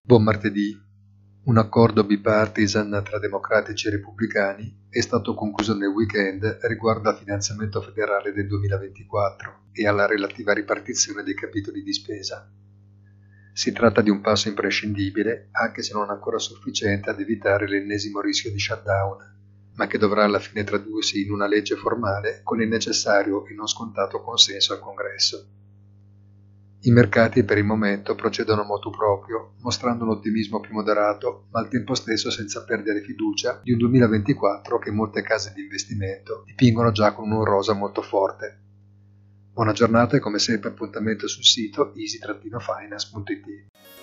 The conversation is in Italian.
Buon martedì. Un accordo bipartisan tra democratici e repubblicani è stato concluso nel weekend riguardo al finanziamento federale del 2024 e alla relativa ripartizione dei capitoli di spesa. Si tratta di un passo imprescindibile, anche se non ancora sufficiente ad evitare l'ennesimo rischio di shutdown, ma che dovrà alla fine tradursi in una legge formale con il necessario e non scontato consenso al Congresso. I mercati per il momento procedono motu proprio, mostrando un ottimismo più moderato, ma al tempo stesso senza perdere fiducia di un 2024 che molte case di investimento dipingono già con un rosa molto forte. Buona giornata e come sempre appuntamento sul sito easy-finance.it.